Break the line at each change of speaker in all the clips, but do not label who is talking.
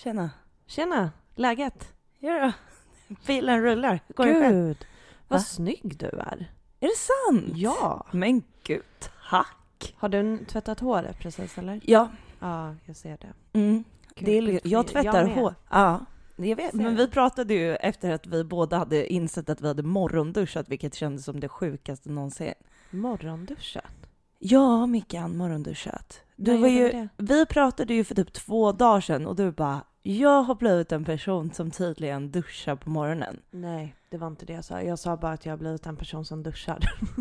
Tjena, läget?
Ja, bilen rullar. Går det själv?
Gud, vad snygg du är.
Är det sant?
Ja.
Men gud, tack.
Har du tvättat håret precis eller?
Ja.
Ja, jag ser det.
Det är, jag tvättar hår. Ja, jag vet. Men vi pratade ju efter att vi båda hade insett att vi hade morgonduschat, vilket kändes som det sjukaste någonsin.
Morgonduschat?
Ja, Mickan, morgonduschat. Vi pratade ju för typ 2 dagar sedan och du bara, jag har blivit en person som tydligen duschar på morgonen.
Nej, det var inte det jag sa. Jag sa bara att jag har blivit en person som duschar.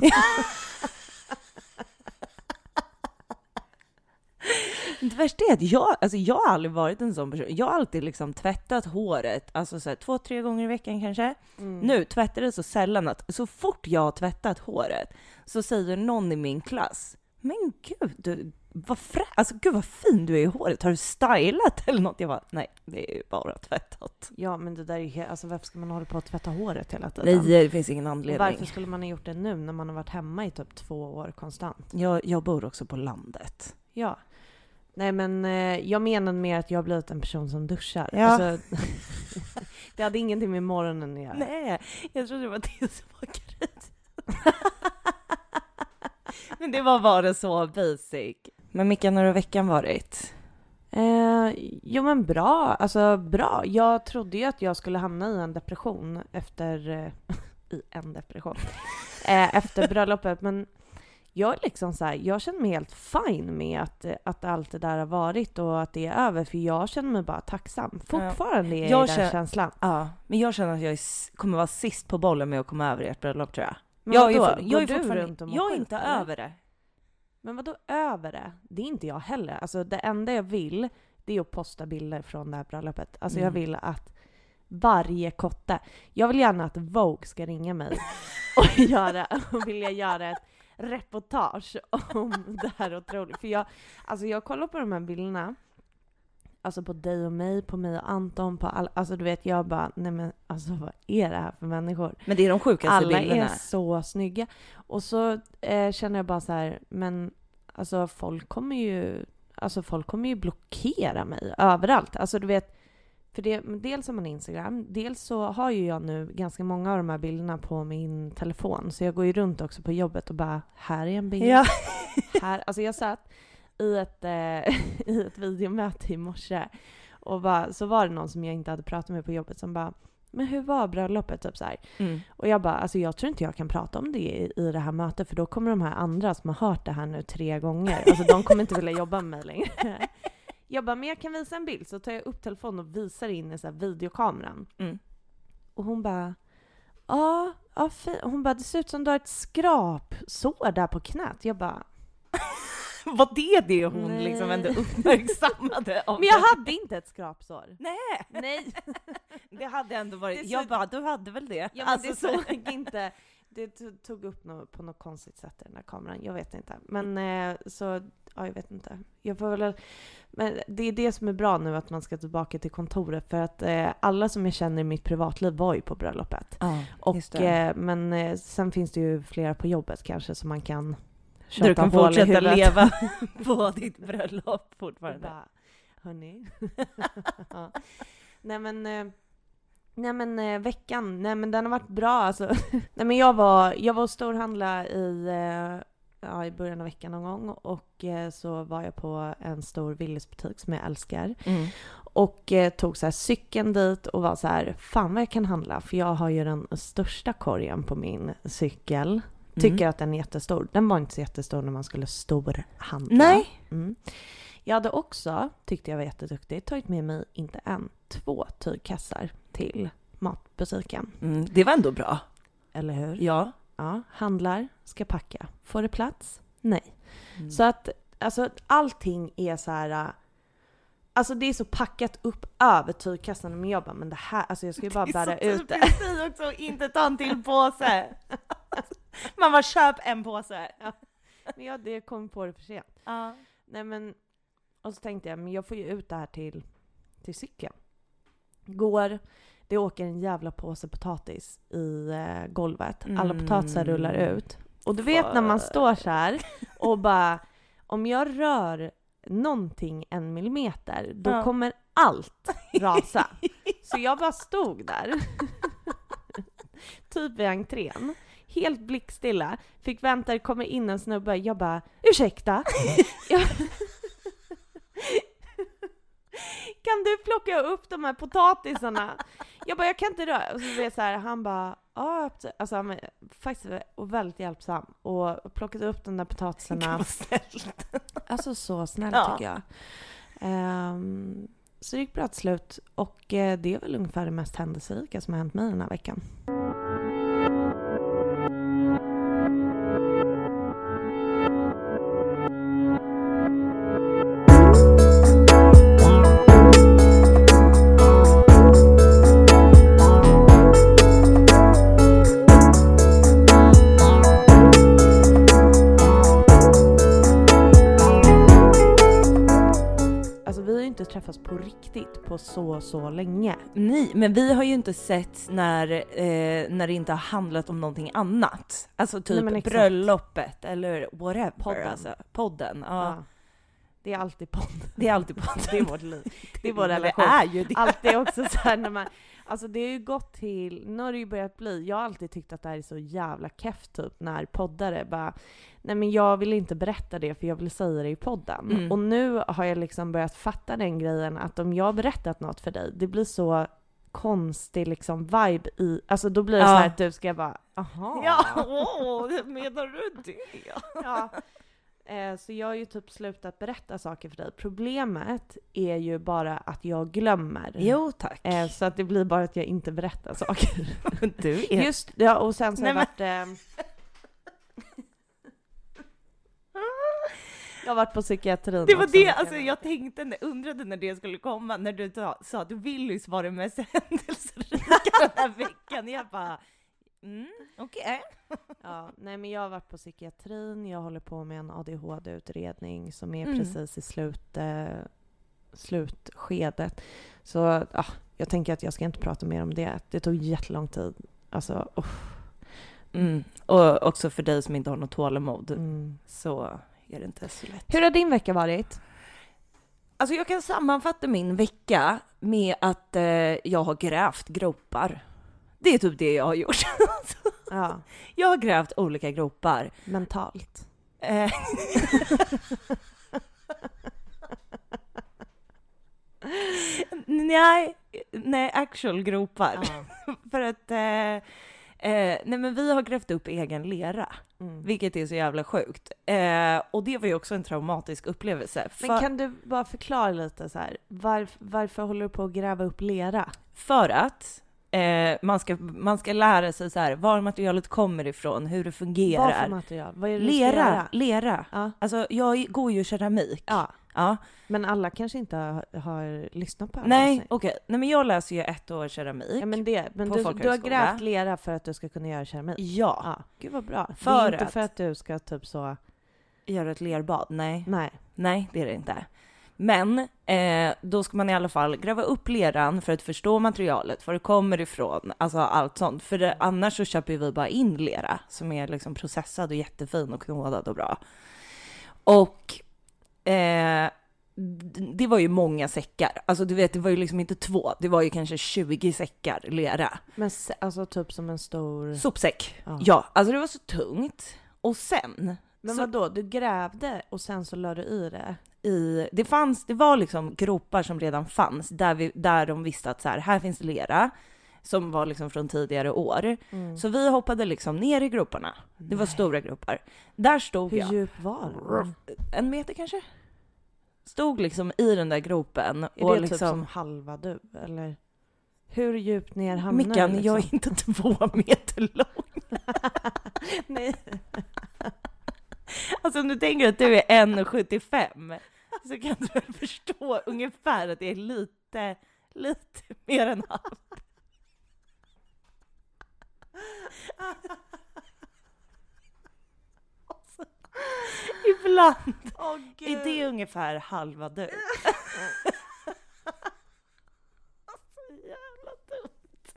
Det värsta är att jag har aldrig varit en sån person. Jag har alltid liksom tvättat håret, alltså så här 2-3 gånger i veckan kanske. Nu tvättar det så sällan att så fort jag har tvättat håret så säger någon i min klass, men gud, gud vad fin du är i håret. Har du stylat eller något? Jag bara, nej, det är ju bara tvättat.
Ja, men det där är ju alltså varför ska man hålla på att tvätta håret hela tiden?
Nej, det finns ingen anledning.
Och varför skulle man ha gjort det nu när man har varit hemma i typ 2 år konstant?
Jag bor också på landet.
Ja. Nej, men jag menar mer att jag har blivit en person som duschar.
Ja.
Alltså, det hade ingenting med morgonen att göra.
Nej, jag trodde det var det som var grej. Men det var bara så basic. Men Mickan, har veckan varit?
Jo men bra, alltså bra. Jag trodde ju att jag skulle hamna i en depression efter efter bröllopet, men jag är liksom så här, jag känner mig helt fine med att allt det där har varit och att det är över, för jag känner mig bara tacksam. Fortfarande är jag i den känslan.
Ja, men jag känner att jag kommer vara sist på bollen med att komma över ert bröllop, tror jag.
Men
jag är inte över det.
Men vadå över det? Det är inte jag heller. Alltså det enda jag vill, det är att posta bilder från det här bröllopet. Alltså jag vill att varje kotte, jag vill gärna att Vogue ska ringa mig och vilja göra ett reportage om det här otroligt. För jag kollar på de här bilderna, alltså på dig och mig, på mig och Anton, på alla, alltså du vet, jag bara, nej men alltså vad är det här för människor?
Men det är de sjukaste bilderna.
Alla är så snygga. Och så känner jag bara så här, men alltså folk kommer ju blockera mig överallt. Alltså du vet, för dels har man Instagram, dels så har ju jag nu ganska många av de här bilderna på min telefon. Så jag går ju runt också på jobbet och bara, här är en bild.
Ja.
Här, alltså jag satt i ett videomöte i morse och så var det någon som jag inte hade pratat med på jobbet som bara, men hur var bröllopet? Typ så här. Och jag bara, alltså jag tror inte jag kan prata om det i det här mötet, för då kommer de här andra som har hört det här nu 3 gånger, alltså de kommer inte vilja jobba med mig längre. Jag bara, men jag kan visa en bild. Så tar jag upp telefonen och visar in i så här videokameran. Och hon bara, ja, hon bara, det ser ut som du har ett skrapsår där på knät. Jag bara,
var det hon liksom ändå uppmärksammade?
Men jag hade inte ett skrapsår.
Nej. Det hade ändå varit,
jag
bara, du hade väl det?
Ja, men alltså, det såg inte, det tog upp på något konstigt sätt i den här kameran. Jag vet inte. Men så, ja, jag vet inte. Jag får väl, men det är det som är bra nu, att man ska tillbaka till kontoret, för att alla som jag känner i mitt privatliv var ju på bröllopet. Och men sen finns det ju flera på jobbet kanske som man kan köpa.
Du kan fortsätta leva på ditt bröllop fortfarande.
Bara, hörni. Ja. Nej men veckan, nej men den har varit bra alltså. Nej men jag var och storhandla i början av veckan någon gång, och så var jag på en stor Willys-butik som jag älskar. Och tog så här cykeln dit och var så här, fan vad jag kan handla, för jag har ju den största korgen på min cykel. Tycker att den är jättestor. Den var inte så jättestor när man skulle storhandla.
Nej.
Jag hade också, tyckte jag var jätteduktig, tagit med mig inte 2 tygkassar till matbutiken.
Det var ändå bra.
Eller hur?
Ja.
Ja, handlar, ska packa. Får det plats? Nej. Så att, alltså allting är så här, alltså det är så packat upp över tygkassan, men jag bara, men det här, alltså jag ska ju bara bära ut det.
Det är också inte ta en till påse. Man bara, köp en påse.
Ja. Men det kom på det för sent.
Ja.
Nej men, och så tänkte jag, men jag får ju ut det här till cykeln. Det åker en jävla påse potatis i golvet. Alla potatisar rullar ut. Och du vet när man står så här och bara, om jag rör någonting 1 millimeter, då kommer allt rasa. Så jag bara stod där. Typ vid entrén. Helt blickstilla. Fick vänta, det kommer in en snubbe. Jag bara, ursäkta? Kan du plocka upp de här potatisarna? Jag bara, jag kan inte röra. Och så blev det så här, han bara, ja. Alltså han var faktiskt väldigt hjälpsam. Och plockade upp de där potatisarna. Alltså så snällt tycker jag. Så det gick bra till slut. Och det är väl ungefär det mest händelserika som har hänt mig den här veckan. Träffas på riktigt på så länge.
Nej, men vi har ju inte sett när det inte har handlat om någonting annat. Alltså typ bröllopet eller whatever. Podden. Ja.
Det är alltid podden.
Det är alltid podden.
Det är vårt liv. Det är vår relation.
Det är ju det.
Alltid också så här när man... Alltså det har ju gått till... Nu har det ju börjat bli... Jag har alltid tyckt att det här är så jävla keft typ när poddare bara... Nej men jag vill inte berätta det för jag vill säga det i podden. Och nu har jag liksom börjat fatta den grejen att om jag har berättat något för dig, det blir så konstig liksom vibe i... Alltså då blir det så här att du ska bara... Aha.
Ja, menar du det?
Ja. Så jag har ju typ slutat berätta saker för dig. Problemet är ju bara att jag glömmer.
Jo, tack.
Så att det blir bara att jag inte berättar saker.
Du är...
Just, ja, och sen så har jag varit... Jag har varit på psykiatrin.
Det var också, det, alltså jag undrade när det skulle komma, när du sa att Willys var det mest händelserika den här veckan. Jag bara, okej.
Ja, nej men jag har varit på psykiatrin, jag håller på med en ADHD-utredning som är precis i slutskedet. Så jag tänker att jag ska inte prata mer om det. Det tog jättelång tid. Alltså,
Och också för dig som inte har något tålamod. Så är det inte så lätt.
Hur har din vecka varit?
Alltså jag kan sammanfatta min vecka med att jag har grävt gropar. Det är typ det jag har gjort.
Ja.
Jag har grävt olika gropar.
Mentalt.
Nej, actual gropar. För att nej men vi har grävt upp egen lera. Vilket är så jävla sjukt. Och det var ju också en traumatisk upplevelse.
Men kan du bara förklara lite så här, varför håller du på att gräva upp lera?
För att man ska lära sig så här, var materialet kommer ifrån, hur det fungerar.
Vad för material? Vad är det
lera.
Ja.
Alltså jag går ju keramik. Ja.
Men alla kanske inte har lyssnat på det.
Nej, okej. Nej, men jag läser ju 1 år keramik.
Ja, men du har grävt lera för att du ska kunna göra keramik.
Ja.
Gud vad bra.
För
det är inte för att du ska typ så...
Göra ett lerbad? Nej.
Nej,
det är det inte. Men då ska man i alla fall gräva upp leran för att förstå materialet, var det kommer ifrån, alltså allt sånt. För annars så köper vi bara in lera som är liksom processad och jättefin och knådad och bra. Och det var ju många säckar. Alltså du vet, det var ju liksom inte 2. Det var ju kanske 20 säckar lera.
Men alltså typ som en stor...
Sopsäck. Ja, alltså det var så tungt. Och sen...
Men vadå? Du grävde och sen så lade du i det?
Det var liksom gropar som redan fanns. Där de visste att så här finns lera. Som var liksom från tidigare år. Så vi hoppade liksom ner i groparna. Det var stora gropar. Där stod jag.
Hur djup var det?
1 meter kanske? Stod liksom i den där gropen.
Är
och
det
liksom...
typ som halva du? Eller hur djupt ner hamnar
Mickan,
liksom?
jag är inte 2 meter lång.
Nej.
Alltså om du tänker att du är 1,75 så kan du väl förstå ungefär att det är lite mer än halv. Alltså, ibland är det ungefär halva du. Så jävla dumt.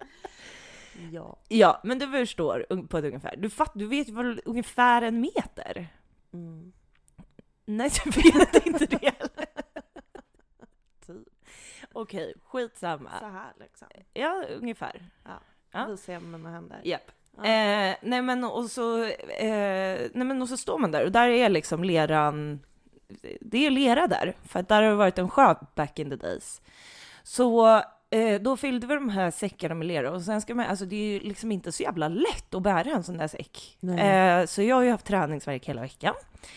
Ja, men du förstår på ett ungefär. Du vet väl ungefär 1 meter? Nej, du vet inte det heller. Okej, skitsamma.
Så här liksom.
Ja, ungefär.
Ja. Vi ser med mina händer.
Japp. Ja. Nej men och så står man där och där är liksom leran, det är lera där, för att där har det varit en sjö back in the days. Så då fyllde vi de här säckarna med lera och sen ska man, alltså det är ju liksom inte så jävla lätt att bära en sån där säck. Så jag har ju haft träningsvärk hela veckan.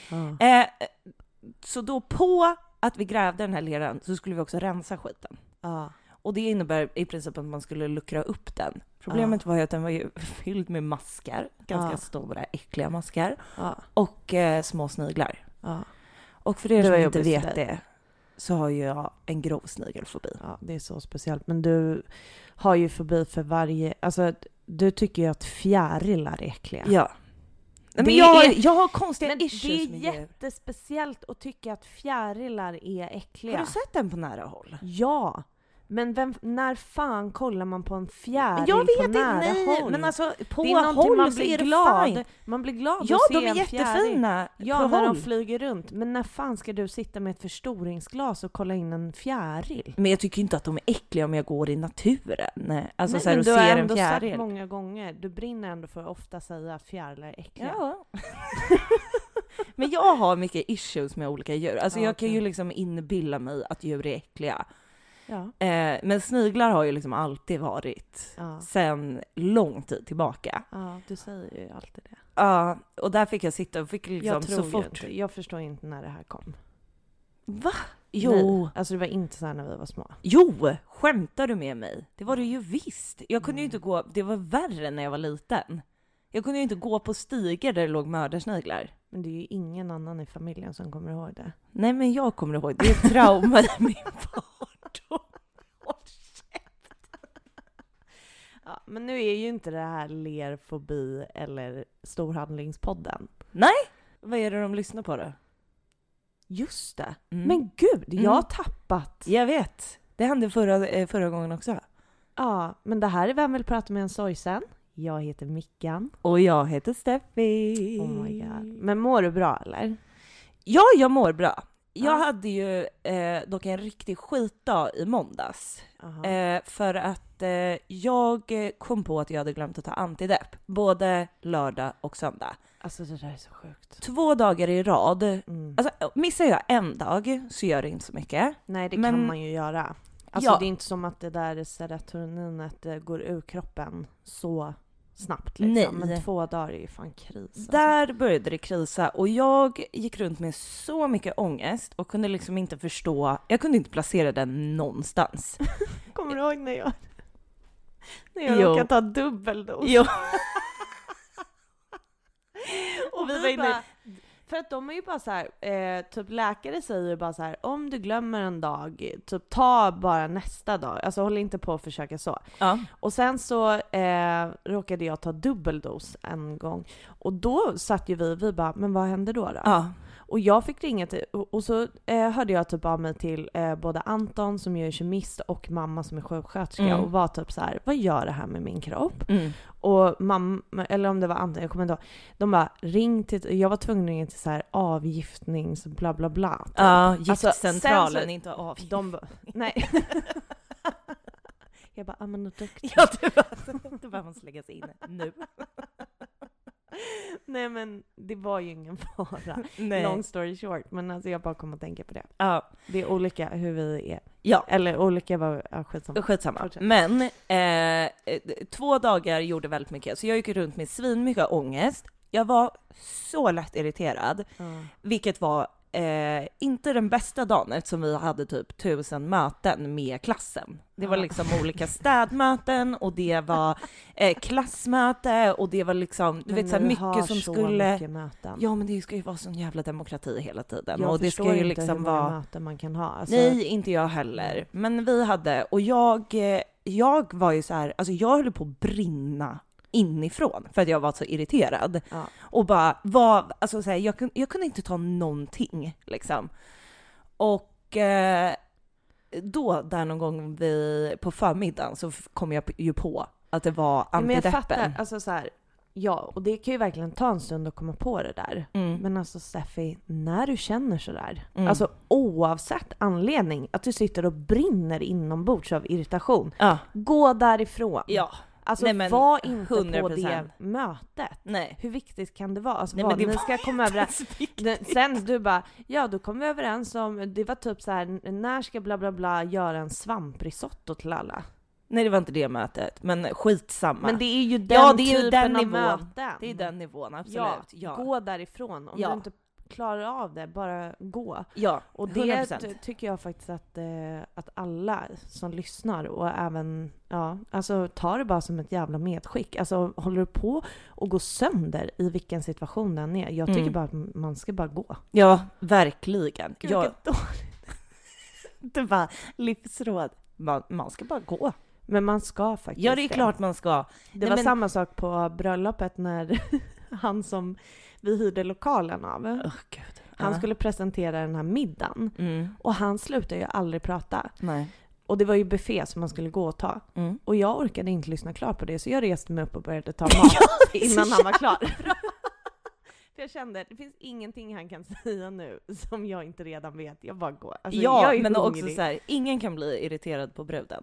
Så då på att vi grävde den här leran så skulle vi också rensa skiten. Och det innebär i princip att man skulle luckra upp den. Problemet var ju att den var ju fylld med maskar. Ganska stora, äckliga maskar. Och små sniglar. Och för er som inte vet det så har ju jag en grov snigelfobi.
Ja, det är så speciellt. Men du har ju fobi för varje... Alltså, du tycker ju att fjärilar är äckliga.
Ja. Men jag har konstiga issues med
det är jättespeciellt att tycka att fjärilar är äckliga.
Har du sett den på nära håll?
Ja. Men när fan kollar man på en fjäril
jag vet
på nära håll?
Men alltså på
det är
håll
man
så
blir
är det
glad.
fine.
Man blir glad att
ja,
se
de är jättefina.
Ja,
på
när
håll.
de flyger runt. Men när fan ska du sitta med ett förstoringsglas och kolla in en fjäril?
Men jag tycker inte att de är äckliga om jag går i naturen. Alltså
nej,
så här,
men
och
du har
ser
ändå
en fjäril.
sagt många gånger. Du brinner ändå för att ofta säga att fjärilar är äckliga.
Ja. Men jag har mycket issues med olika djur. Alltså jag kan ju liksom inbilla mig att djur är äckliga.
Ja.
Men sniglar har ju liksom alltid varit sen lång tid tillbaka.
Ja, du säger ju alltid det.
Ja, och där fick jag sitta och fick liksom
jag tror
så fort...
inte. Jag förstår inte när det här kom.
Va? Jo.
Nej. Alltså det var inte så här när vi var små.
Jo, skämtar du med mig? Det var det ju visst. Jag kunde ju inte gå... Det var värre när jag var liten. Jag kunde ju inte gå på stigar där det låg mördarsniglar.
Men det är ju ingen annan i familjen som kommer ihåg det.
Nej, men jag kommer ihåg. Det är trauma i min barndom.
Ja, men nu är ju inte det här lerfobi eller storhandlingspodden.
Nej, vad är det de lyssnar på då?
Just det. Men gud, jag har tappat.
Jag vet. Det hände förra gången också.
Ja, men det här är Vem vill prata med en sorgsen? Jag heter Mickan.
Och jag heter Steffi.
Oh my god. Men mår du bra eller?
Ja, jag mår bra. Jag hade ju dock en riktig skitdag i måndags. För att jag kom på att jag hade glömt att ta antidepp. Både lördag och söndag.
Alltså det där är så sjukt.
2 dagar i rad. Alltså missar jag en dag så gör det inte så mycket.
Nej, det kan man ju göra. Alltså det är inte som att det där serotoninet går ur kroppen så snabbt liksom.
Nej.
Men 2 dagar är ju fan kris. Alltså.
Där började det krisa och jag gick runt med så mycket ångest och kunde liksom inte förstå, jag kunde inte placera den någonstans.
Kommer du ihåg när jag råkade ta dubbeldos?
Jo.
Och vi var inne... För att de är ju bara så här, typ läkare säger ju bara så här, om du glömmer en dag, typ ta bara nästa dag. Alltså håll inte på att försöka så. Ja. Och sen så råkade jag ta dubbeldos en gång. Och då satt ju vi bara, men vad hände då? Ja. Och jag fick ringa till, och så hörde jag typ av mig till både Anton som är kemist och mamma som är sjuksköterska och var typ så här, vad gör det här med min kropp? Och mamma, eller om det var Anton, jag kommer inte ihåg, de bara ring till, jag var tvungen att ringa till så här avgiftnings bla bla bla. Typ.
Ja, giftcentralen,
alltså,
inte avgiftning.
Nej. Jag bara, men duktig.
Ja, det behöver man läggas in nu.
Nej, men det var ju ingen fara.
Nej.
Long story short. Men alltså jag bara kommer att tänka på det.
Ja.
Det är olika hur vi är.
Ja.
Eller olika var
skitsamma. Men 2 dagar gjorde väldigt mycket. Så jag gick runt med svinmycket ångest. Jag var så lätt irriterad. Vilket var inte den bästa dagen eftersom vi hade typ 1000 möten med klassen. Det var liksom olika städmöten och det var klassmöte och det var liksom, du vet så mycket som skulle...
Mycket möten.
Ja, men det ska ju vara sån jävla demokrati hela tiden.
Jag
och det ska ju liksom
hur många möten man kan ha. Alltså...
Nej, inte jag heller. Men vi hade, och jag var ju så här, alltså jag höll på att brinna inifrån för att jag var så irriterad. Och bara alltså så här, jag kunde inte ta någonting liksom. Och då där någon gång på förmiddagen så kom jag ju på att det var antideppen.
Men jag fattar, alltså så här, Ja, och det kan ju verkligen ta en stund att komma på det där. Men alltså Steffi, när du känner sådär, alltså oavsett anledning, att du sitter och brinner inombords av irritation, gå därifrån.
Ja.
Alltså var inte 100%. På det mötet.
Nej.
Hur viktigt kan det vara? Alltså, ni ska komma överens. Sen du bara, då kom vi överens om, det var typ så här: när ska bla bla bla göra en svamprisotto till alla?
Nej, det var inte det mötet, men skitsamma.
Men det är ju den typen av möten.
Det är den nivån, absolut. Ja.
Gå därifrån. Om du inte klarar av det, bara gå.
Ja, 100%.
Och det tycker jag faktiskt att alla som lyssnar och även, alltså ta det bara som ett jävla medskick. Alltså håller du på och gå sönder i vilken situation den är? Jag tycker bara att man ska bara gå.
Ja, verkligen.
Gud, vilket dåligt.
Det var livsråd. Man ska bara gå.
Men man ska faktiskt.
Ja, det är klart man ska.
Det var samma sak på bröllopet när han som vi hyrde lokalen av. Han skulle presentera den här middagen. Och han slutade ju aldrig prata.
Nej.
Och det var ju buffé som man skulle gå och ta. Och jag orkade inte lyssna klart på det. Så jag reste mig upp och började ta mat innan han var klar. För jag kände, det finns ingenting han kan säga nu som jag inte redan vet. Jag bara går. Alltså, jag är men hungrig.
Också så här, ingen kan bli irriterad på bruden.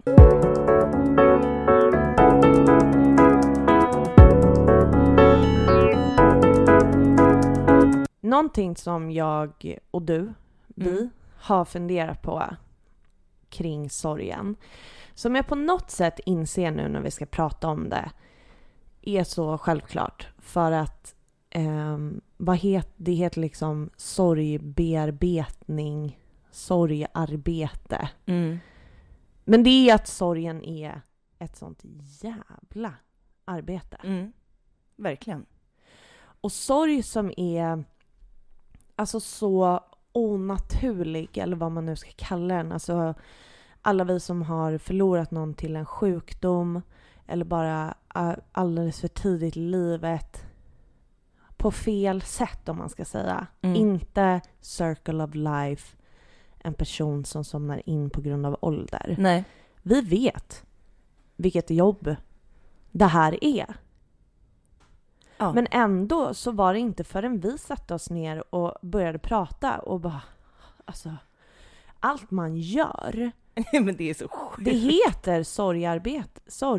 Någonting som jag och vi har funderat på kring sorgen, som jag på något sätt inser nu när vi ska prata om det, är så självklart. För att det heter liksom sorgbearbetning, sorgarbete. Men det är att sorgen är ett sånt jävla arbete.
Verkligen.
Och sorg som är alltså så onaturlig, eller vad man nu ska kalla den. Alltså alla vi som har förlorat någon till en sjukdom eller bara alldeles för tidigt i livet på fel sätt, om man ska säga. Inte circle of life, en person som somnar in på grund av ålder.
Nej.
Vi vet vilket jobb det här är. Ja. Men ändå så var det inte förrän vi satte oss ner och började prata och bara, alltså, allt man gör.
Men det är så sjukt.
Det heter sorgearbete,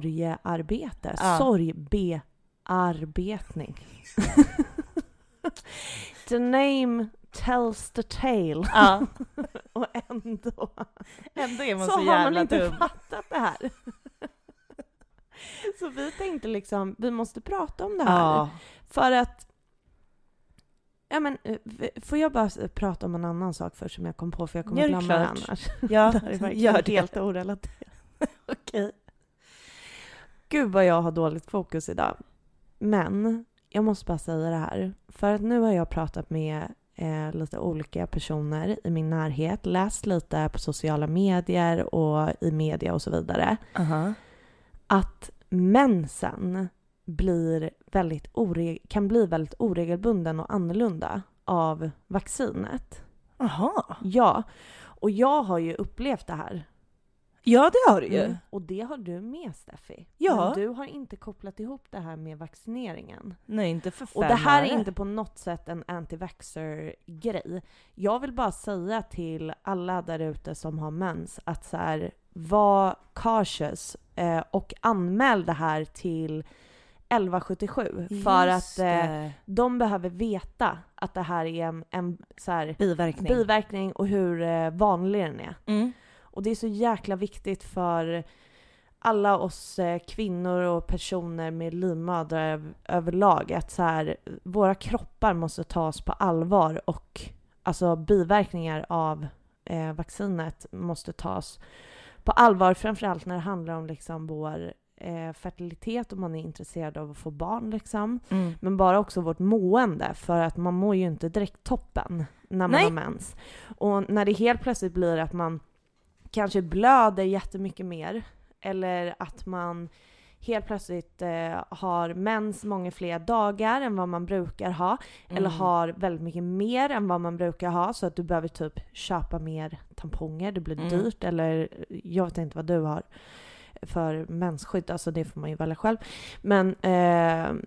sorgbearbetning. The name tells the tale.
Ja.
Och ändå
är man
så
så
har man
jävla
inte
dum.
fattat det här. Så vi tänkte liksom, vi måste prata om det här.
Ja.
För att, får jag bara prata om en annan sak först som jag kom på, för jag kommer glömma det annars.
Ja,
det är verkligen helt orelaterat.
Okej.
Gud vad jag har dåligt fokus idag. Men jag måste bara säga det här. För att nu har jag pratat med lite olika personer i min närhet. Läst lite på sociala medier och i media och så vidare. Att mensen kan bli väldigt oregelbunden och annorlunda av vaccinet.
Aha.
Ja, och jag har ju upplevt det här.
Ja, det har du ju.
Och det har du med, Steffi.
Ja.
Men du har inte kopplat ihop det här med vaccineringen.
Nej, inte för 5
Och det här är inte på något sätt en anti-vaxxer-grej. Jag vill bara säga till alla där ute som har mens att så här, var cautious och anmäl det här till 1177. För att de behöver veta att det här är en så här biverkning och hur vanlig den är. Och det är så jäkla viktigt för alla oss kvinnor och personer med livmödrar överlag att så här, våra kroppar måste tas på allvar, och alltså biverkningar av vaccinet måste tas på allvar, framförallt när det handlar om liksom vår fertilitet, om man är intresserad av att få barn liksom. Men bara också vårt mående, för att man mår ju inte direkt toppen när man har mens. Och när det helt plötsligt blir att man kanske blöder jättemycket mer, eller att man helt plötsligt har mens många fler dagar än vad man brukar ha, eller har väldigt mycket mer än vad man brukar ha, så att du behöver typ köpa mer tamponger, det blir dyrt, eller jag vet inte vad du har för mensskydd, alltså det får man ju välja själv. Men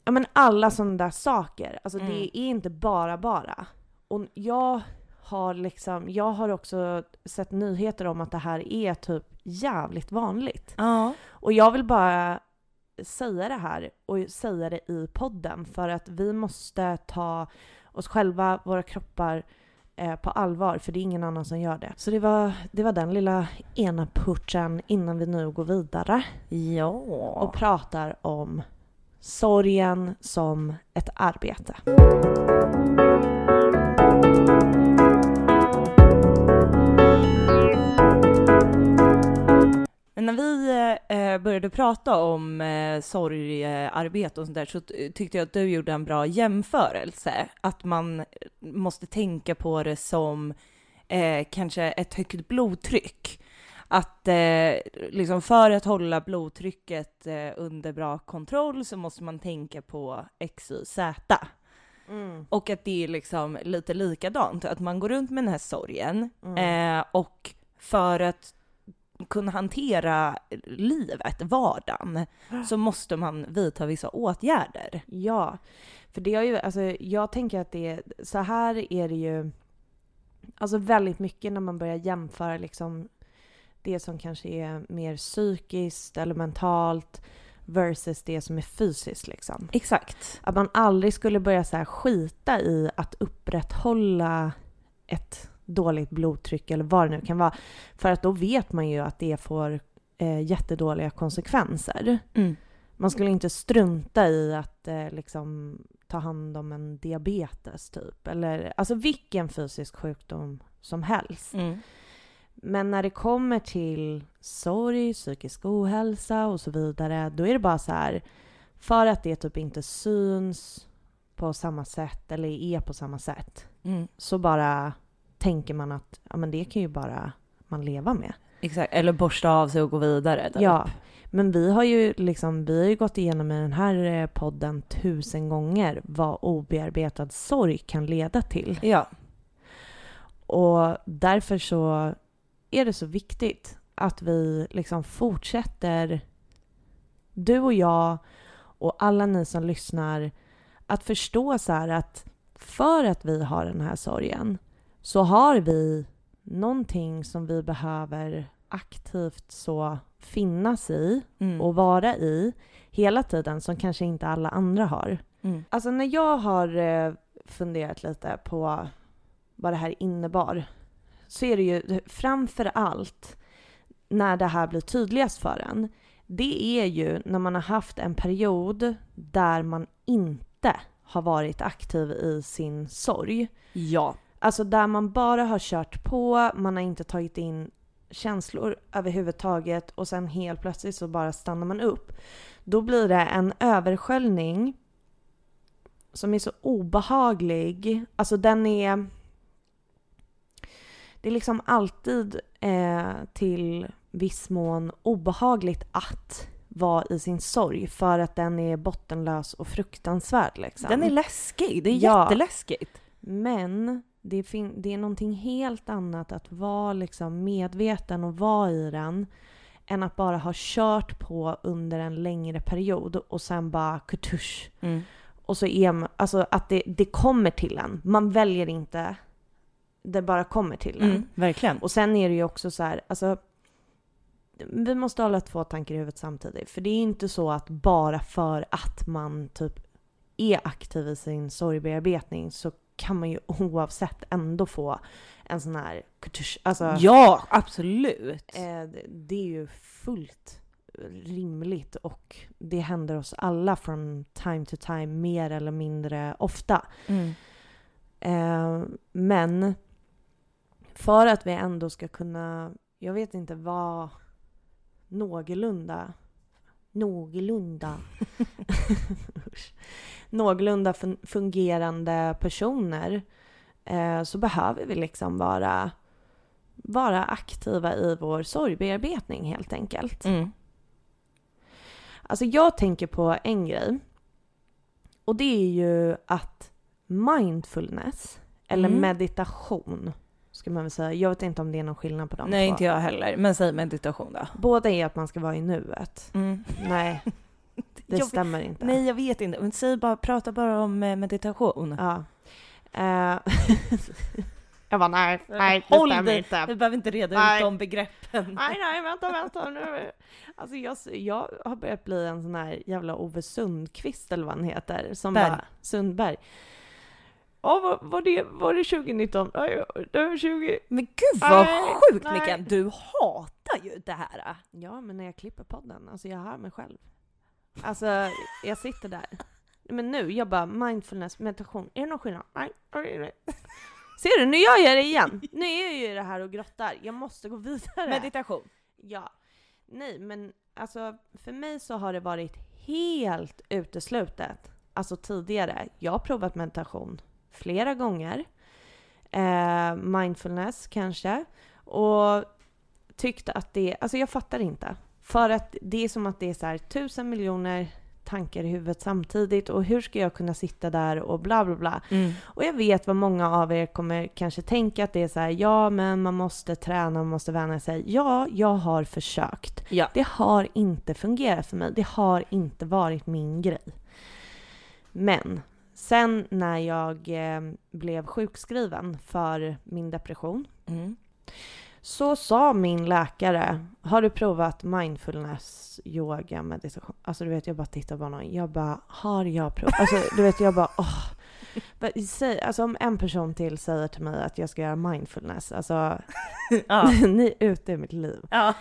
ja men alla sådana där saker. Alltså det är inte bara. Och jag har också sett nyheter om att det här är typ jävligt vanligt.
Ja.
Och jag vill bara säga det här och säga det i podden för att vi måste ta oss själva, våra kroppar på allvar, för det är ingen annan som gör det. Så det var den lilla ena putchen innan vi nu går vidare.
Ja.
Och pratar om sorgen som ett arbete.
När vi började prata om sorgarbete och sånt där, så tyckte jag att du gjorde en bra jämförelse. Att man måste tänka på det som kanske ett högt blodtryck. Att liksom för att hålla blodtrycket under bra kontroll så måste man tänka på X, Y, Z. Och att det är liksom lite likadant. Att man går runt med den här sorgen och för att kunna hantera livet, vardagen, så måste man vidta vissa åtgärder.
Ja, för det är ju, alltså jag tänker att så här är det ju, alltså väldigt mycket när man börjar jämföra liksom det som kanske är mer psykiskt eller mentalt versus det som är fysiskt liksom.
Exakt.
Att man aldrig skulle börja så här skita i att upprätthålla ett dåligt blodtryck eller vad det nu kan vara. För att då vet man ju att det får jättedåliga konsekvenser. Man skulle inte strunta i att liksom ta hand om en diabetes typ. Eller alltså vilken fysisk sjukdom som helst. Men när det kommer till sorg, psykisk ohälsa och så vidare, då är det bara så här, för att det typ inte syns på samma sätt eller är på samma sätt, så bara tänker man att ja, men det kan ju bara man leva med.
Exakt, eller borsta av sig och gå vidare. Typ.
Ja, men vi har ju gått igenom i den här podden 1000 gånger vad obearbetad sorg kan leda till.
Ja.
Och därför så är det så viktigt att vi liksom fortsätter, du och jag och alla ni som lyssnar, att förstå så här att för att vi har den här sorgen så har vi någonting som vi behöver aktivt så finnas i och vara i hela tiden som kanske inte alla andra har. Alltså när jag har funderat lite på vad det här innebar, så är det ju framför allt när det här blir tydligast för en. Det är ju när man har haft en period där man inte har varit aktiv i sin sorg.
Ja.
Alltså där man bara har kört på, man har inte tagit in känslor överhuvudtaget och sen helt plötsligt så bara stannar man upp. Då blir det en översköljning som är så obehaglig. Alltså det är liksom alltid till viss mån obehagligt att vara i sin sorg för att den är bottenlös och fruktansvärd. Liksom.
Den är läskig, det är jätteläskigt.
Men det är någonting helt annat att vara liksom medveten och vara i den än att bara ha kört på under en längre period och sen bara kutusch. Och så är man, alltså att det kommer till en. Man väljer inte, det bara kommer till en.
Verkligen.
Och sen är det ju också så här, alltså vi måste hålla 2 tankar i huvudet samtidigt. För det är inte så att bara för att man typ är aktiv i sin sorgbearbetning så kan man ju oavsett ändå få en sån här alltså,
ja, absolut.
Det är ju fullt rimligt och det händer oss alla från time to time mer eller mindre ofta. Men för att vi ändå ska kunna, jag vet inte vad någorlunda fungerande personer, så behöver vi liksom vara aktiva i vår sorgbearbetning helt enkelt. Alltså jag tänker på en grej, och det är ju att mindfulness eller meditation ska man väl säga. Jag vet inte om det är någon skillnad på dem.
Nej, inte jag heller. Men säg meditation då.
Båda är att man ska vara i nuet. Nej. Det stämmer inte.
Nej, jag vet inte. Men prata bara om meditation.
Ja. Jag bara, nej, det stämmer inte.
Vi behöver inte reda ut de begreppen.
Nej, vänta nu. Alltså jag har börjat bli en sån här jävla Ove Sundqvist eller vad han heter. Som bara, Sundberg. Ja, var det 2019? Det var 20.
Men gud vad sjukt, Mikael. Du hatar ju det här.
Ja, men när jag klipper podden, alltså jag hör mig själv. Alltså, jag sitter där. Men nu, jag bara, mindfulness, meditation. Är det någon skillnad? Nej. Ser du, nu gör jag det igen. Nu är jag ju det här och grottar. Jag måste gå vidare.
Meditation.
Ja. Nej, men alltså för mig så har det varit helt uteslutet. Alltså tidigare. Jag har provat meditation flera gånger. Mindfulness kanske. Och tyckte att alltså jag fattar inte. För att det är som att det är så här 1000 miljoner tankar i huvudet samtidigt, och hur ska jag kunna sitta där och bla bla bla. Och jag vet vad många av er kommer kanske tänka, att det är så här, ja men man måste träna, man måste vänja sig. Ja, jag har försökt.
Ja.
Det har inte fungerat för mig. Det har inte varit min grej. Men sen när jag blev sjukskriven för min depression, så sa min läkare, har du provat mindfulness, yoga, meditation? Alltså du vet, jag bara tittar på någon. Jag bara, har jag provat? Alltså du vet, jag bara, alltså om en person till säger till mig att jag ska göra mindfulness, alltså ni är ute i mitt liv. Ja.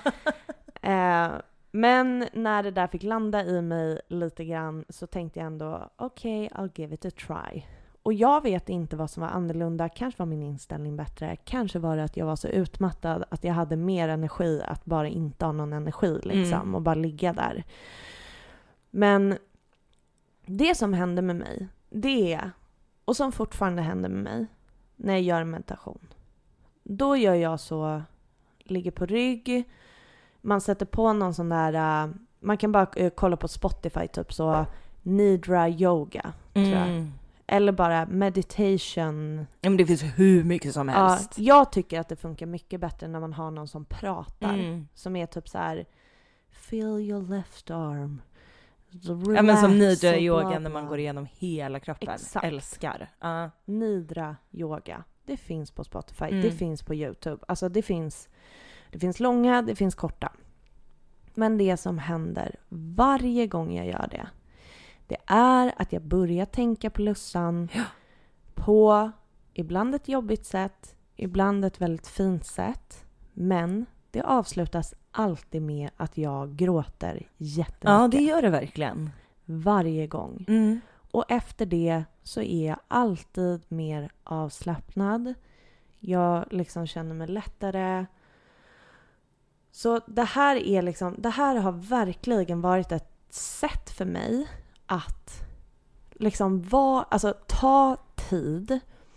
Men när det där fick landa i mig lite grann, så tänkte jag ändå, okej, I'll give it a try. Och jag vet inte vad som var annorlunda. Kanske var min inställning bättre. Kanske var det att jag var så utmattad att jag hade mer energi att bara inte ha någon energi liksom, och bara ligga där. Men det som hände med mig, det är, och som fortfarande händer med mig när jag gör meditation. Då gör jag så, ligger på rygg. Man sätter på någon sån där, man kan bara kolla på Spotify typ så, Nidra yoga tror jag. Eller bara meditation.
Ja, men det finns hur mycket som helst.
Ja, jag tycker att det funkar mycket bättre när man har någon som pratar. Som är typ så här, feel your left arm.
Ja, men som Nidra yoga när man går igenom hela kroppen.
Exakt.
Älskar.
Nidra yoga. Det finns på Spotify. Det finns på YouTube. Alltså det finns långa, det finns korta. Men det som händer varje gång jag gör det, det är att jag börjar tänka på lussan på ibland ett jobbigt sätt, ibland ett väldigt fint sätt. Men det avslutas alltid med att jag gråter jättemycket.
Ja, det gör det verkligen.
Varje gång. Och efter det så är jag alltid mer avslappnad. Jag liksom känner mig lättare. Så det här har verkligen varit ett sätt för mig att liksom ta tid.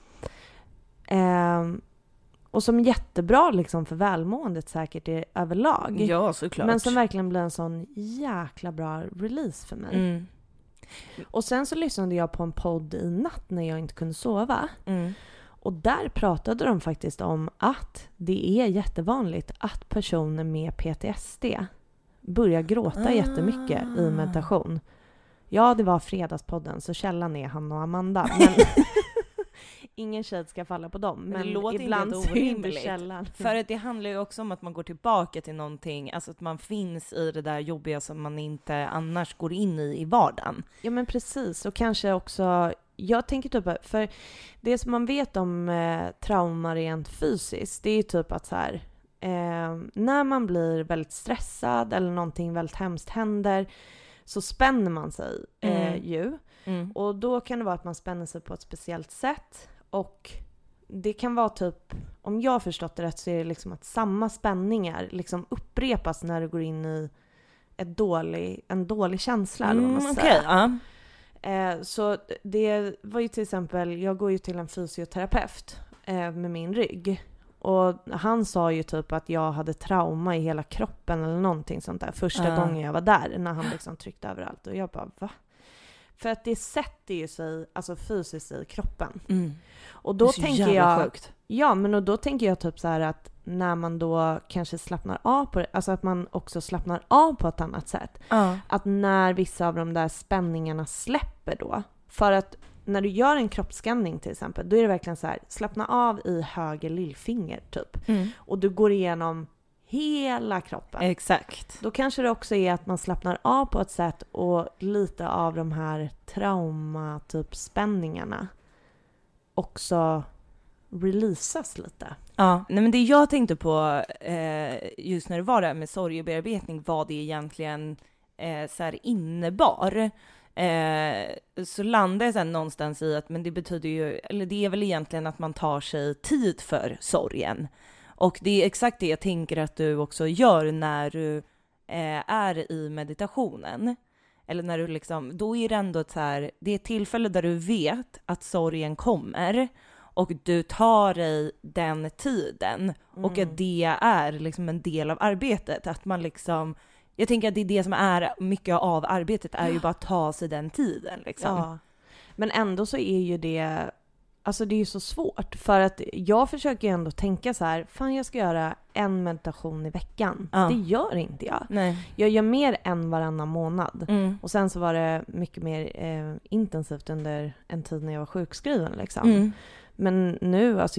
Och som jättebra liksom för välmåendet säkert är överlag.
Ja, såklart.
Men som verkligen blir en sån jäkla bra release för mig. Och sen så lyssnade jag på en podd i natt när jag inte kunde sova. Och där pratade de faktiskt om att det är jättevanligt att personer med PTSD börjar gråta jättemycket i meditation. Ja, det var fredagspodden, så källan är han och Amanda. Men ingen tjej ska falla på dem. Men ibland så är det källan.
För att det handlar ju också om att man går tillbaka till någonting. Alltså att man finns i det där jobbiga som man inte annars går in i vardagen.
Ja, men precis. Och kanske också, jag tänker typ, för det som man vet om trauma rent fysiskt, det är ju typ att så här, när man blir väldigt stressad eller någonting väldigt hemskt händer, så spänner man sig ju. Och då kan det vara att man spänner sig på ett speciellt sätt. Och det kan vara typ, om jag har förstått det rätt, så är det liksom att samma spänningar liksom upprepas när du går in i en dålig känsla. Eller vad man säger. Så det var ju till exempel, jag går ju till en fysioterapeut med min rygg. Och han sa ju typ att jag hade trauma i hela kroppen eller någonting sånt där. Första gången jag var där, när han liksom tryckte överallt. Och jag bara, va? För att det sätter ju sig alltså fysiskt i kroppen. Och då tänker jag, sjukt. Ja, men och då tänker jag typ så här att när man då kanske slappnar av på det, alltså att man också slappnar av på ett annat sätt. Att när vissa av de där spänningarna släpper då, för att när du gör en kroppsskanning till exempel, då är det verkligen så här, slappna av i höger lillfinger typ. Och du går igenom hela kroppen.
Exakt.
Då kanske det också är att man slappnar av på ett sätt och lite av de här trauma typ spänningarna också releasas lite.
Ja, nej men det jag tänkte på just när det var det här med sorgebearbetning, vad det egentligen så här innebar. Så landade jag sen någonstans i att men det betyder ju, eller det är väl egentligen att man tar sig tid för sorgen. Och det är exakt det jag tänker att du också gör när du är i meditationen. Eller när du liksom, då är det ändå ett så här, det är ett tillfälle där du vet att sorgen kommer. Och du tar dig den tiden. Och att det är liksom en del av arbetet. Att man liksom, jag tänker att det är det som är mycket av arbetet, är ju bara att ta sig den tiden liksom.
Ja. Men ändå så är ju det, alltså det är ju så svårt. För att jag försöker ju ändå tänka så här, fan jag ska göra en meditation i veckan. Det gör inte jag.
Nej.
Jag gör mer än varannan månad. Och sen så var det mycket mer intensivt under en tid när jag var sjukskriven liksom. Men nu, alltså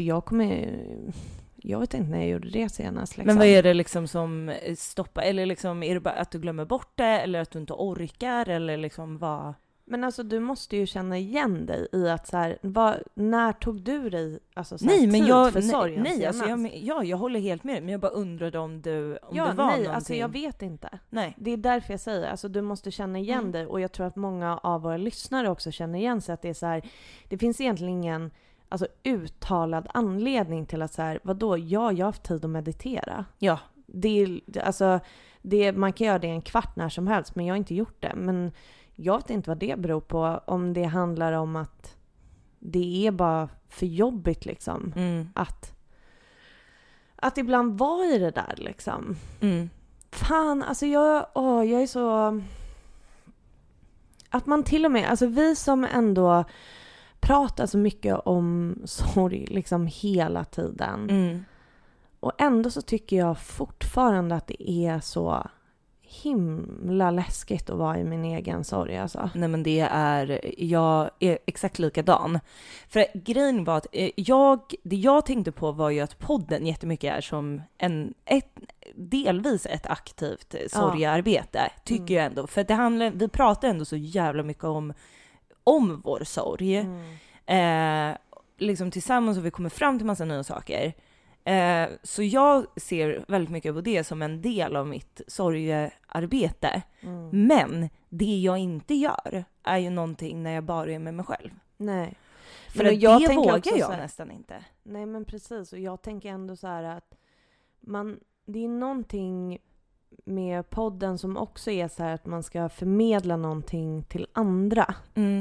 jag vet inte när jag gjorde det senast. Liksom.
Men vad är det liksom som stoppar? Eller liksom, är det bara att du glömmer bort det? Eller att du inte orkar? Eller liksom vad?
Men alltså du måste ju känna igen dig i att så här, när tog du dig alltså, så här, tid för sorgen?
Nej, alltså jag håller helt med. Men jag bara undrade om det var någonting.
Alltså jag vet inte.
Nej.
Det är därför jag säger, alltså du måste känna igen dig. Och jag tror att många av våra lyssnare också känner igen sig. Att det är så här, det finns egentligen ingen alltså uttalad anledning till att så här, vadå, jag har haft tid att meditera.
Ja.
Man kan göra det en kvart när som helst, men jag har inte gjort det. Men jag vet inte vad det beror på. Om det handlar om att det är bara för jobbigt liksom. Att ibland vara i det där liksom. Fan, alltså jag är så... Att man till och med, alltså vi som ändå pratar så mycket om sorg liksom hela tiden. Och ändå så tycker jag fortfarande att det är så himla läskigt att vara i min egen sorg alltså.
Nej men jag är exakt likadan. För grejen var att det jag tänkte på var ju att podden jättemycket är som delvis ett aktivt sorgearbete, tycker jag ändå. För att vi pratar ändå så jävla mycket om vår sorg. Liksom tillsammans har vi kommit fram till massa nya saker. Så jag ser väldigt mycket på det som en del av mitt sorgearbete. Men det jag inte gör är ju någonting när jag bara är med mig själv.
Nej.
För men jag det vågar jag nästan inte.
Nej men precis, och jag tänker ändå så här att det är någonting med podden som också är så här att man ska förmedla någonting till andra.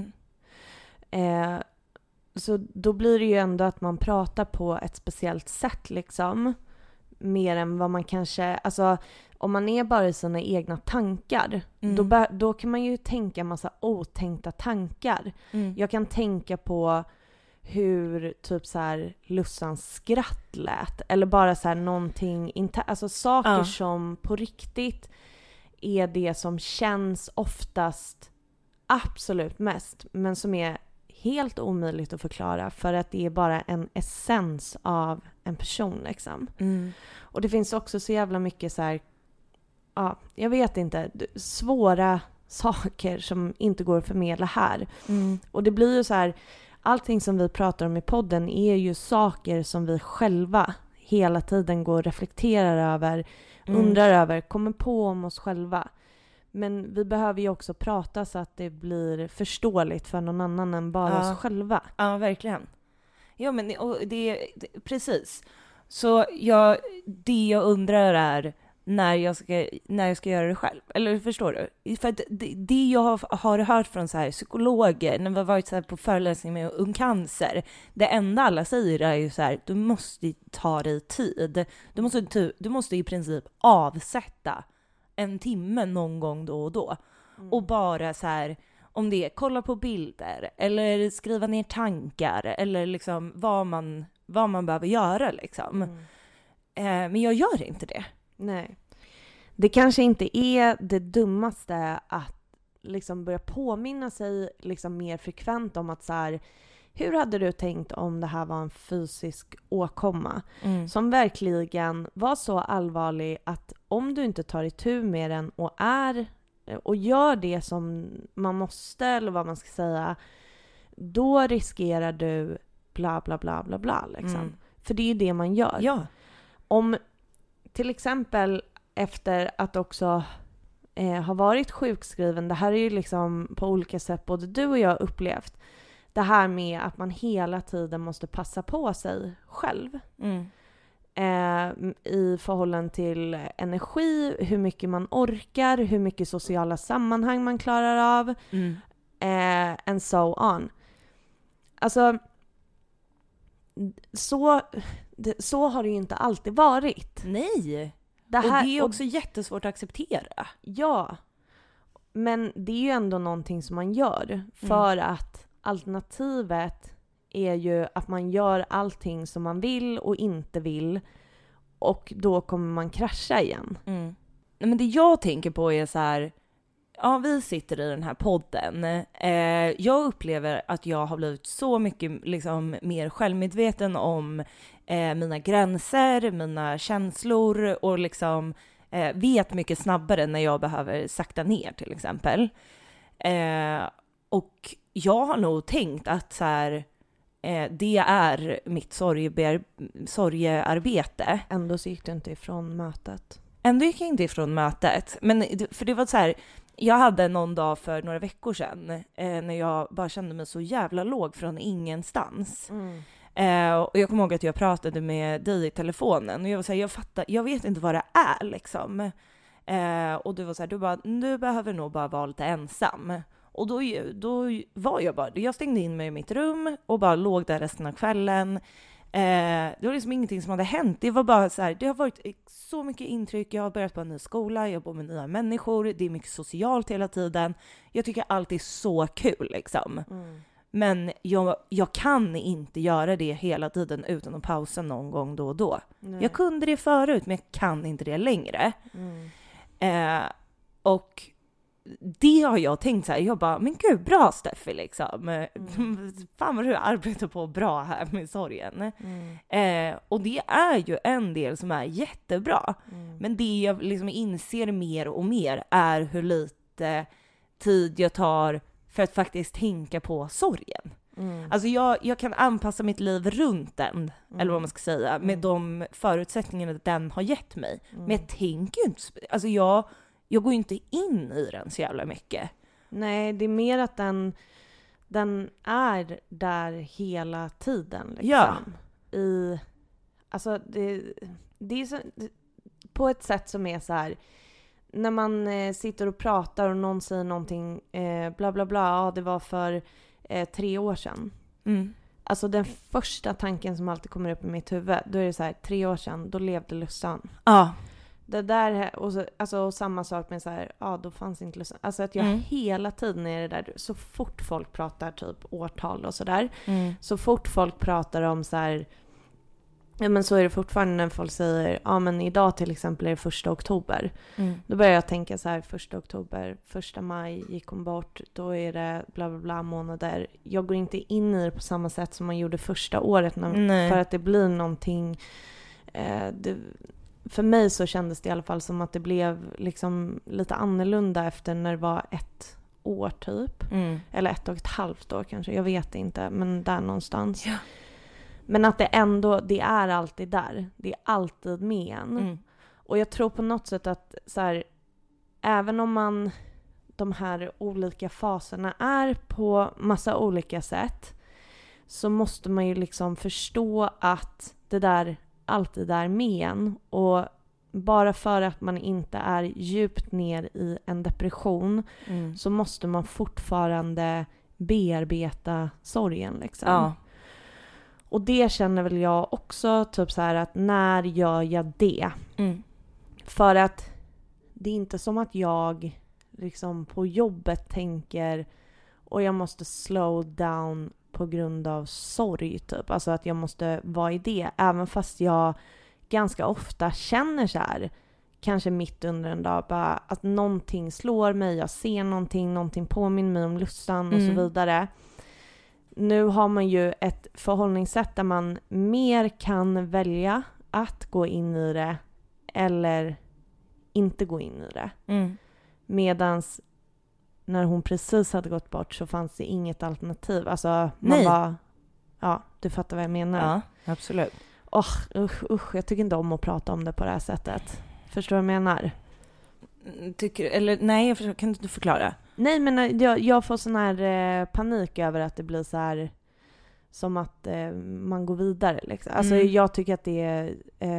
Så då blir det ju ändå att man pratar på ett speciellt sätt liksom. Mer än vad man kanske... Alltså om man är bara i sina egna tankar. Då kan man ju tänka massa otänkta tankar. Jag kan tänka på hur typ så här Lussans skratt lät. Eller bara så här någonting... Alltså saker som på riktigt är det som känns oftast absolut mest. Men som är helt omöjligt att förklara för att det är bara en essens av en person liksom. Och det finns också så jävla mycket så här, jag vet inte, svåra saker som inte går att förmedla här. Och det blir ju så här, allting som vi pratar om i podden är ju saker som vi själva hela tiden går och reflekterar över, undrar över, kommer på om oss själva. Men vi behöver ju också prata så att det blir förståeligt för någon annan än bara oss själva.
Ja, verkligen. Ja, men det precis. Så det jag undrar är när jag ska göra det själv. Eller förstår du? För att det jag har hört från så här psykologer när vi har varit så här på föreläsning med Ung Cancer, det enda alla säger är ju så här, du måste ta dig tid. Du måste i princip avsätta en timme någon gång då och då. Och bara så här, om det är kolla på bilder eller skriva ner tankar eller liksom vad man behöver göra liksom. Men jag gör inte det.
Nej. Det kanske inte är det dummaste att liksom börja påminna sig liksom mer frekvent om att så här, hur hade du tänkt om det här var en fysisk åkomma som verkligen var så allvarlig att om du inte tar itu med den och gör det som man måste, eller vad man ska säga, då riskerar du bla bla bla bla bla liksom. För det är ju det man gör.
Ja.
Om till exempel efter att också har varit sjukskriven, det här är ju liksom på olika sätt både du och jag upplevt, det här med att man hela tiden måste passa på sig själv. I förhållande till energi, hur mycket man orkar, hur mycket sociala sammanhang man klarar av, and so on. Alltså, så har det ju inte alltid varit.
Nej. Och det är också jättesvårt att acceptera.
Ja, men det är ju ändå någonting som man gör. För att alternativet är ju att man gör allting som man vill och inte vill. Och då kommer man krascha igen.
Men det jag tänker på är så här, ja, vi sitter i den här podden. Jag upplever att jag har blivit så mycket liksom mer självmedveten om mina gränser, mina känslor och liksom vet mycket snabbare när jag behöver sakta ner till exempel. Och jag har nog tänkt att så här, det är mitt sorgearbete.
Ändå så gick du inte ifrån mötet.
Ändå gick jag inte ifrån mötet. Men för det var så här, jag hade någon dag för några veckor sedan när jag bara kände mig så jävla låg från ingenstans. Och jag kommer ihåg att jag pratade med dig i telefonen och jag var så här, jag vet inte vad det är liksom. Och du var så här, du bara, du behöver nog bara vara lite ensam. Och då var jag stängde in mig i mitt rum och bara låg där resten av kvällen. Det var liksom ingenting som hade hänt. Det var bara så här, det har varit så mycket intryck. Jag har börjat på en ny skola, jag bor med nya människor. Det är mycket socialt hela tiden. Jag tycker allt är så kul liksom. Men jag kan inte göra det hela tiden utan att pausa någon gång då och då. Nej. Jag kunde det förut, men jag kan inte det längre. Och det har jag tänkt så här, jag bara, men gud, bra Steffi liksom. Fan vad du arbetar på bra här med sorgen. Och det är ju en del som är jättebra. Men det jag liksom inser mer och mer är hur lite tid jag tar för att faktiskt tänka på sorgen. Alltså jag kan anpassa mitt liv runt den, eller vad man ska säga, med de förutsättningarna den har gett mig. Men jag tänker ju inte, alltså jag går ju inte in i den så jävla mycket. Nej, det är mer att den är där hela tiden. Liksom. Ja. Alltså det är så, på ett sätt som är så här, när man sitter och pratar och någon säger någonting, bla bla bla, ja det var för 3 år sedan. Alltså den första tanken som alltid kommer upp i mitt huvud, då är det så här, 3 år sedan, då levde Lussan. Ja.
Det där, och så, alltså samma sak med så här, ja då fanns inte Lussan. Alltså att jag hela tiden är det där, så fort folk pratar typ årtal och sådär, så fort folk pratar om så här, ja men så är det fortfarande när folk säger, ja men idag till exempel är det 1 oktober. Då börjar jag tänka så här, 1 oktober, 1 maj gick hon bort, då är det bla bla bla månader. Jag går inte in i det på samma sätt som man gjorde första året, för att det blir någonting, för mig så kändes det i alla fall som att det blev liksom lite annorlunda efter när det var 1 år typ. Eller 1,5 år kanske, jag vet inte, men där någonstans. Ja. Men att det ändå, det är alltid där. Det är alltid med en. Och jag tror på något sätt att så här, även om de här olika faserna är på massa olika sätt, så måste man ju liksom förstå att det där alltid är med en. Och bara för att man inte är djupt ner i en depression, så måste man fortfarande bearbeta sorgen liksom. Ja. Och det känner väl jag också, typ så här, att när gör jag det? För att det är inte som att jag liksom på jobbet tänker, och jag måste slow down på grund av sorg typ. Alltså att jag måste vara i det. Även fast jag ganska ofta känner så här, kanske mitt under en dag, bara att någonting slår mig, jag ser någonting påminner mig om Lussan och så vidare. Nu har man ju ett förhållningssätt där man mer kan välja att gå in i det eller inte gå in i det. Medans när hon precis hade gått bort så fanns det inget alternativ. Alltså man var, ja, du fattar vad jag menar.
Ja, absolut.
Usch, jag tycker inte om att prata om det på det här sättet. Förstår du vad jag menar?
Jag kan inte förklara.
Nej, men jag får sån här panik över att det blir så här som att man går vidare liksom. Alltså jag tycker att det är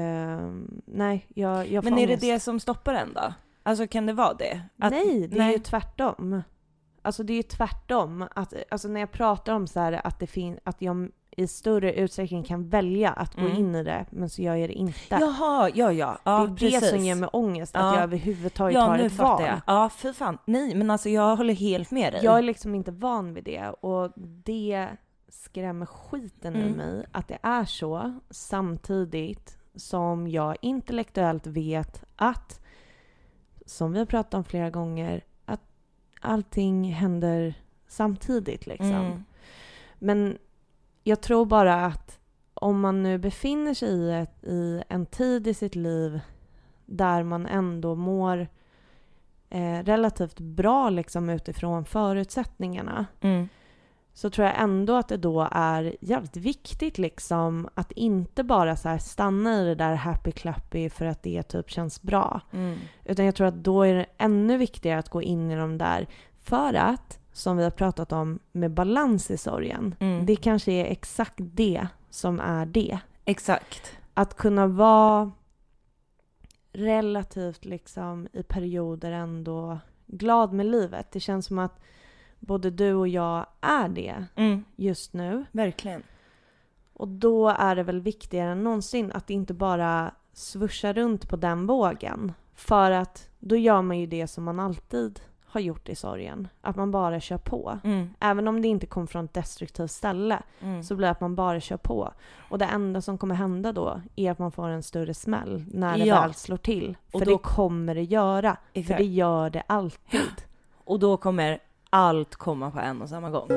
jag får
Men är
ångest.
det som stoppar en då? Alltså kan det vara det?
Nej, det är ju tvärtom. Alltså det är ju tvärtom att, alltså när jag pratar om så här att att jag i större utsträckning kan välja att gå in i det, men så gör jag det inte.
Jaha, ja.
Det är
precis.
det som ger mig ångest, att jag överhuvudtaget har ett val.
Jag. Ja, för fan. Nej, men alltså jag håller helt med dig.
Jag är liksom inte van vid det, och det skrämmer skiten ur mig att det är så, samtidigt som jag intellektuellt vet att, som vi har pratat om flera gånger, att allting händer samtidigt liksom. Men jag tror bara att om man nu befinner sig i en tid i sitt liv där man ändå mår relativt bra liksom utifrån förutsättningarna, så tror jag ändå att det då är jävligt viktigt liksom att inte bara så här stanna i det där happy-clappy för att det typ känns bra. Utan jag tror att då är det ännu viktigare att gå in i de där, för att, som vi har pratat om med balans i sorgen, det kanske är exakt det som är det.
Exakt.
Att kunna vara relativt liksom i perioder ändå glad med livet. Det känns som att både du och jag är det just nu.
Verkligen.
Och då är det väl viktigare än någonsin att inte bara svurscha runt på den vågen. För att då gör man ju det som man alltid har gjort i sorgen. Att man bara kör på. Även om det inte kommer från ett destruktivt ställe, så blir det att man bara kör på. Och det enda som kommer hända då är att man får en större smäll när det väl slår till. För då, det kommer det göra. Exakt. För det gör det alltid.
Och då kommer allt komma på en och samma gång.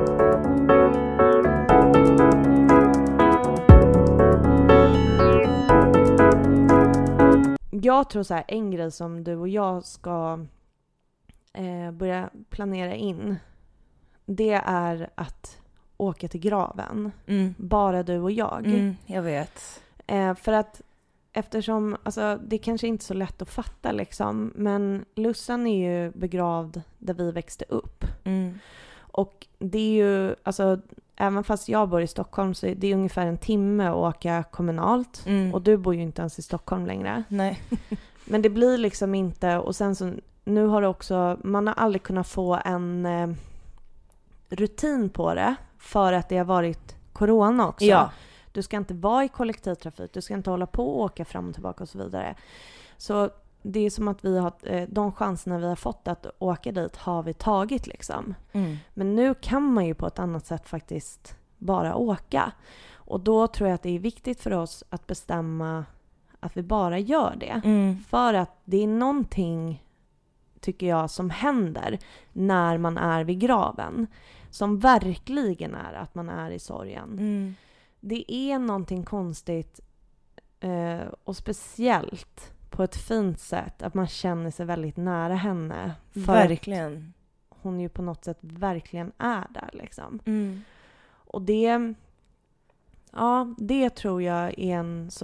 Jag tror så här, en grej som du och jag ska börja planera in, det är att åka till graven. Bara du och jag.
Jag vet.
För att eftersom, alltså det kanske inte är så lätt att fatta liksom, men Lussan är ju begravd där vi växte upp. Och det är ju, alltså även fast jag bor i Stockholm så är det ungefär en timme att åka kommunalt. Och du bor ju inte ens i Stockholm längre.
Nej.
Men det blir liksom inte, och sen så nu har det också, man har aldrig kunnat få en rutin på det för att det har varit corona också.
Ja.
Du ska inte vara i kollektivtrafik, du ska inte hålla på och åka fram och tillbaka och så vidare. Så det är som att vi har, de chanserna vi har fått att åka dit har vi tagit liksom. Men nu kan man ju på ett annat sätt faktiskt bara åka. Och då tror jag att det är viktigt för oss att bestämma att vi bara gör det. För att det är någonting, tycker jag, som händer när man är vid graven. Som verkligen är att man är i sorgen. Det är någonting konstigt och speciellt på ett fint sätt. Att man känner sig väldigt nära henne. För
verkligen.
Hon ju på något sätt verkligen är där liksom. Och det tror jag är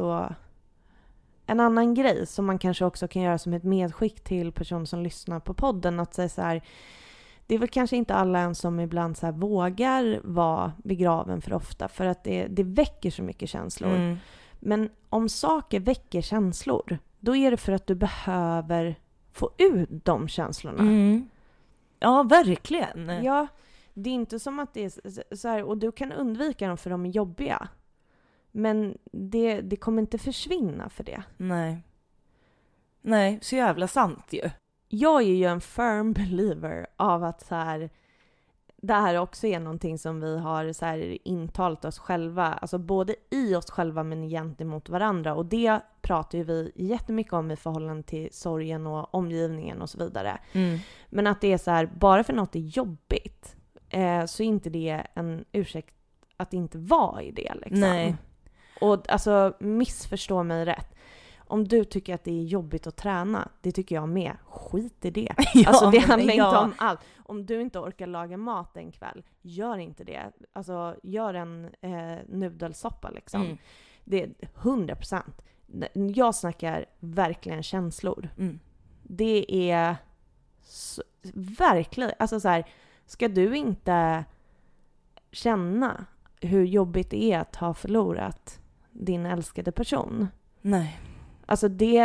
en annan grej som man kanske också kan göra som ett medskick till personer som lyssnar på podden. Att säga så här, det är väl kanske inte alla ens som ibland så här vågar vara begraven för ofta. För att det väcker så mycket känslor. Men om saker väcker känslor, då är det för att du behöver få ut de känslorna.
Ja, verkligen.
Ja, det är inte som att det är så här, och du kan undvika dem för de är jobbiga. Men det kommer inte försvinna för det.
Nej, så jävla sant ju.
Jag är ju en firm believer av att så här, det här också är någonting som vi har så här intalat oss själva, alltså både i oss själva men gentemot varandra, och det pratar ju vi jättemycket om i förhållande till sorgen och omgivningen och så vidare. Men att det är så här, bara för något är jobbigt så är inte det en ursäkt att inte vara i det liksom.
Nej.
Och alltså missförstå mig rätt. Om du tycker att det är jobbigt att träna, det tycker jag med. Skit i det. Alltså det handlar inte om allt. Om du inte orkar laga mat en kväll, gör inte det. Alltså gör en nudelsoppa liksom. Det är 100%. Jag snackar verkligen känslor. Det är verkligen, alltså så här, ska du inte känna hur jobbigt det är att ha förlorat din älskade person?
Nej.
Alltså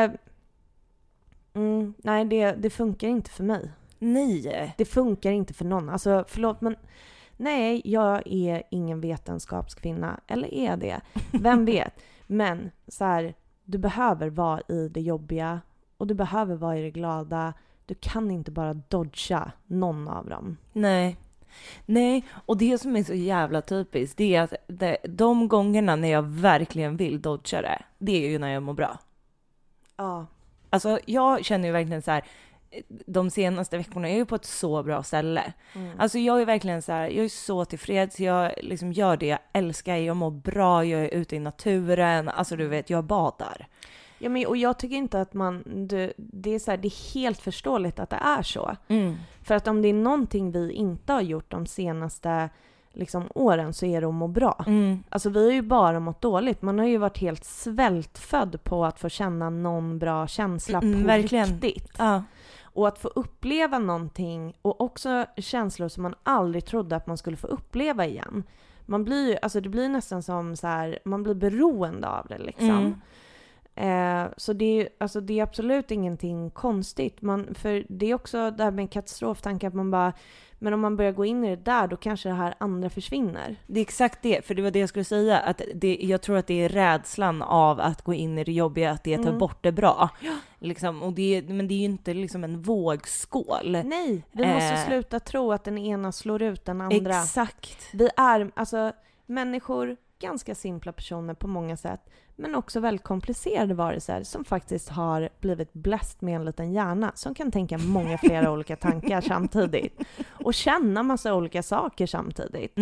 nej, det funkar inte för mig.
Nej.
Det funkar inte för någon. Alltså förlåt, men nej, jag är ingen vetenskapskvinna. Eller är det? Vem vet? Men så här, du behöver vara i det jobbiga och du behöver vara i det glada. Du kan inte bara dodga någon av dem.
Nej, och det som är så jävla typiskt, det är att de gångerna när jag verkligen vill dodga det är ju när jag mår bra.
Ja.
Alltså jag känner ju verkligen så här, de senaste veckorna är ju på ett så bra ställe. Alltså jag är verkligen så här, jag är så tillfreds, jag liksom gör det jag älskar, jag mår bra, jag är ute i naturen, alltså du vet, jag badar.
Ja, men, och jag tycker inte att det är så här, det är helt förståeligt att det är så. För att om det är någonting vi inte har gjort de senaste liksom, åren så är det att må bra. Alltså vi har ju bara mått dåligt. Man har ju varit helt svältfödd på att få känna någon bra känsla på
verkligen.
Riktigt.
Ja.
Och att få uppleva någonting och också känslor som man aldrig trodde att man skulle få uppleva igen. Man blir ju, alltså det blir nästan som så här, man blir beroende av det liksom. Så det är absolut ingenting konstigt. För det är också det här med katastroftankar att man bara, men om man börjar gå in i det där, då kanske det här andra försvinner.
Det är exakt det, för det var det jag skulle säga, att jag tror att det är rädslan av att gå in i det jobbiga, att det tar bort det bra. Liksom, men det är ju inte liksom en vågskål.
Nej, vi måste sluta tro att den ena slår ut den andra.
Exakt.
Vi är alltså människor, ganska simpla personer på många sätt, men också väldigt komplicerade varelser som faktiskt har blivit bläst med en liten hjärna som kan tänka många flera olika tankar samtidigt och känna massa olika saker samtidigt.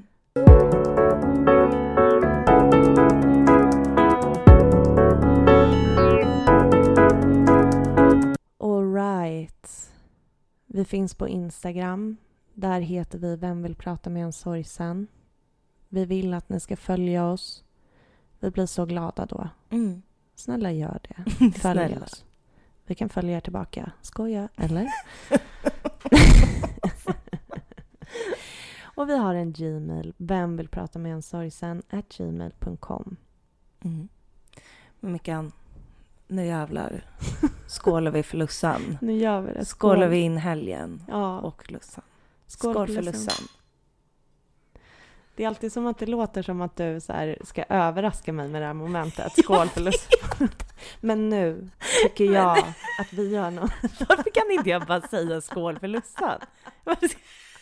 All right. Vi finns på Instagram. Där heter vi Vem vill prata med en sorgsen. Vi vill att ni ska följa oss. Vi blir så glada då. Snälla gör det. Följ oss. Vi kan följa er tillbaka. Skoja, eller? Och vi har en Gmail. Vem vill prata med en sorgsen @gmail.com.
Mickan, nu jävlar. Skålar vi för Lussan.
Nu gör vi det.
Skålar vi in helgen.
Ja.
Och Lussan.
Skål
för Lussan.
Det är alltid som att det låter som att du så här ska överraska mig med det här momentet. Skål för Lussan. Men nu tycker jag att vi gör något.
Varför kan inte jag bara säga skål för Lussan?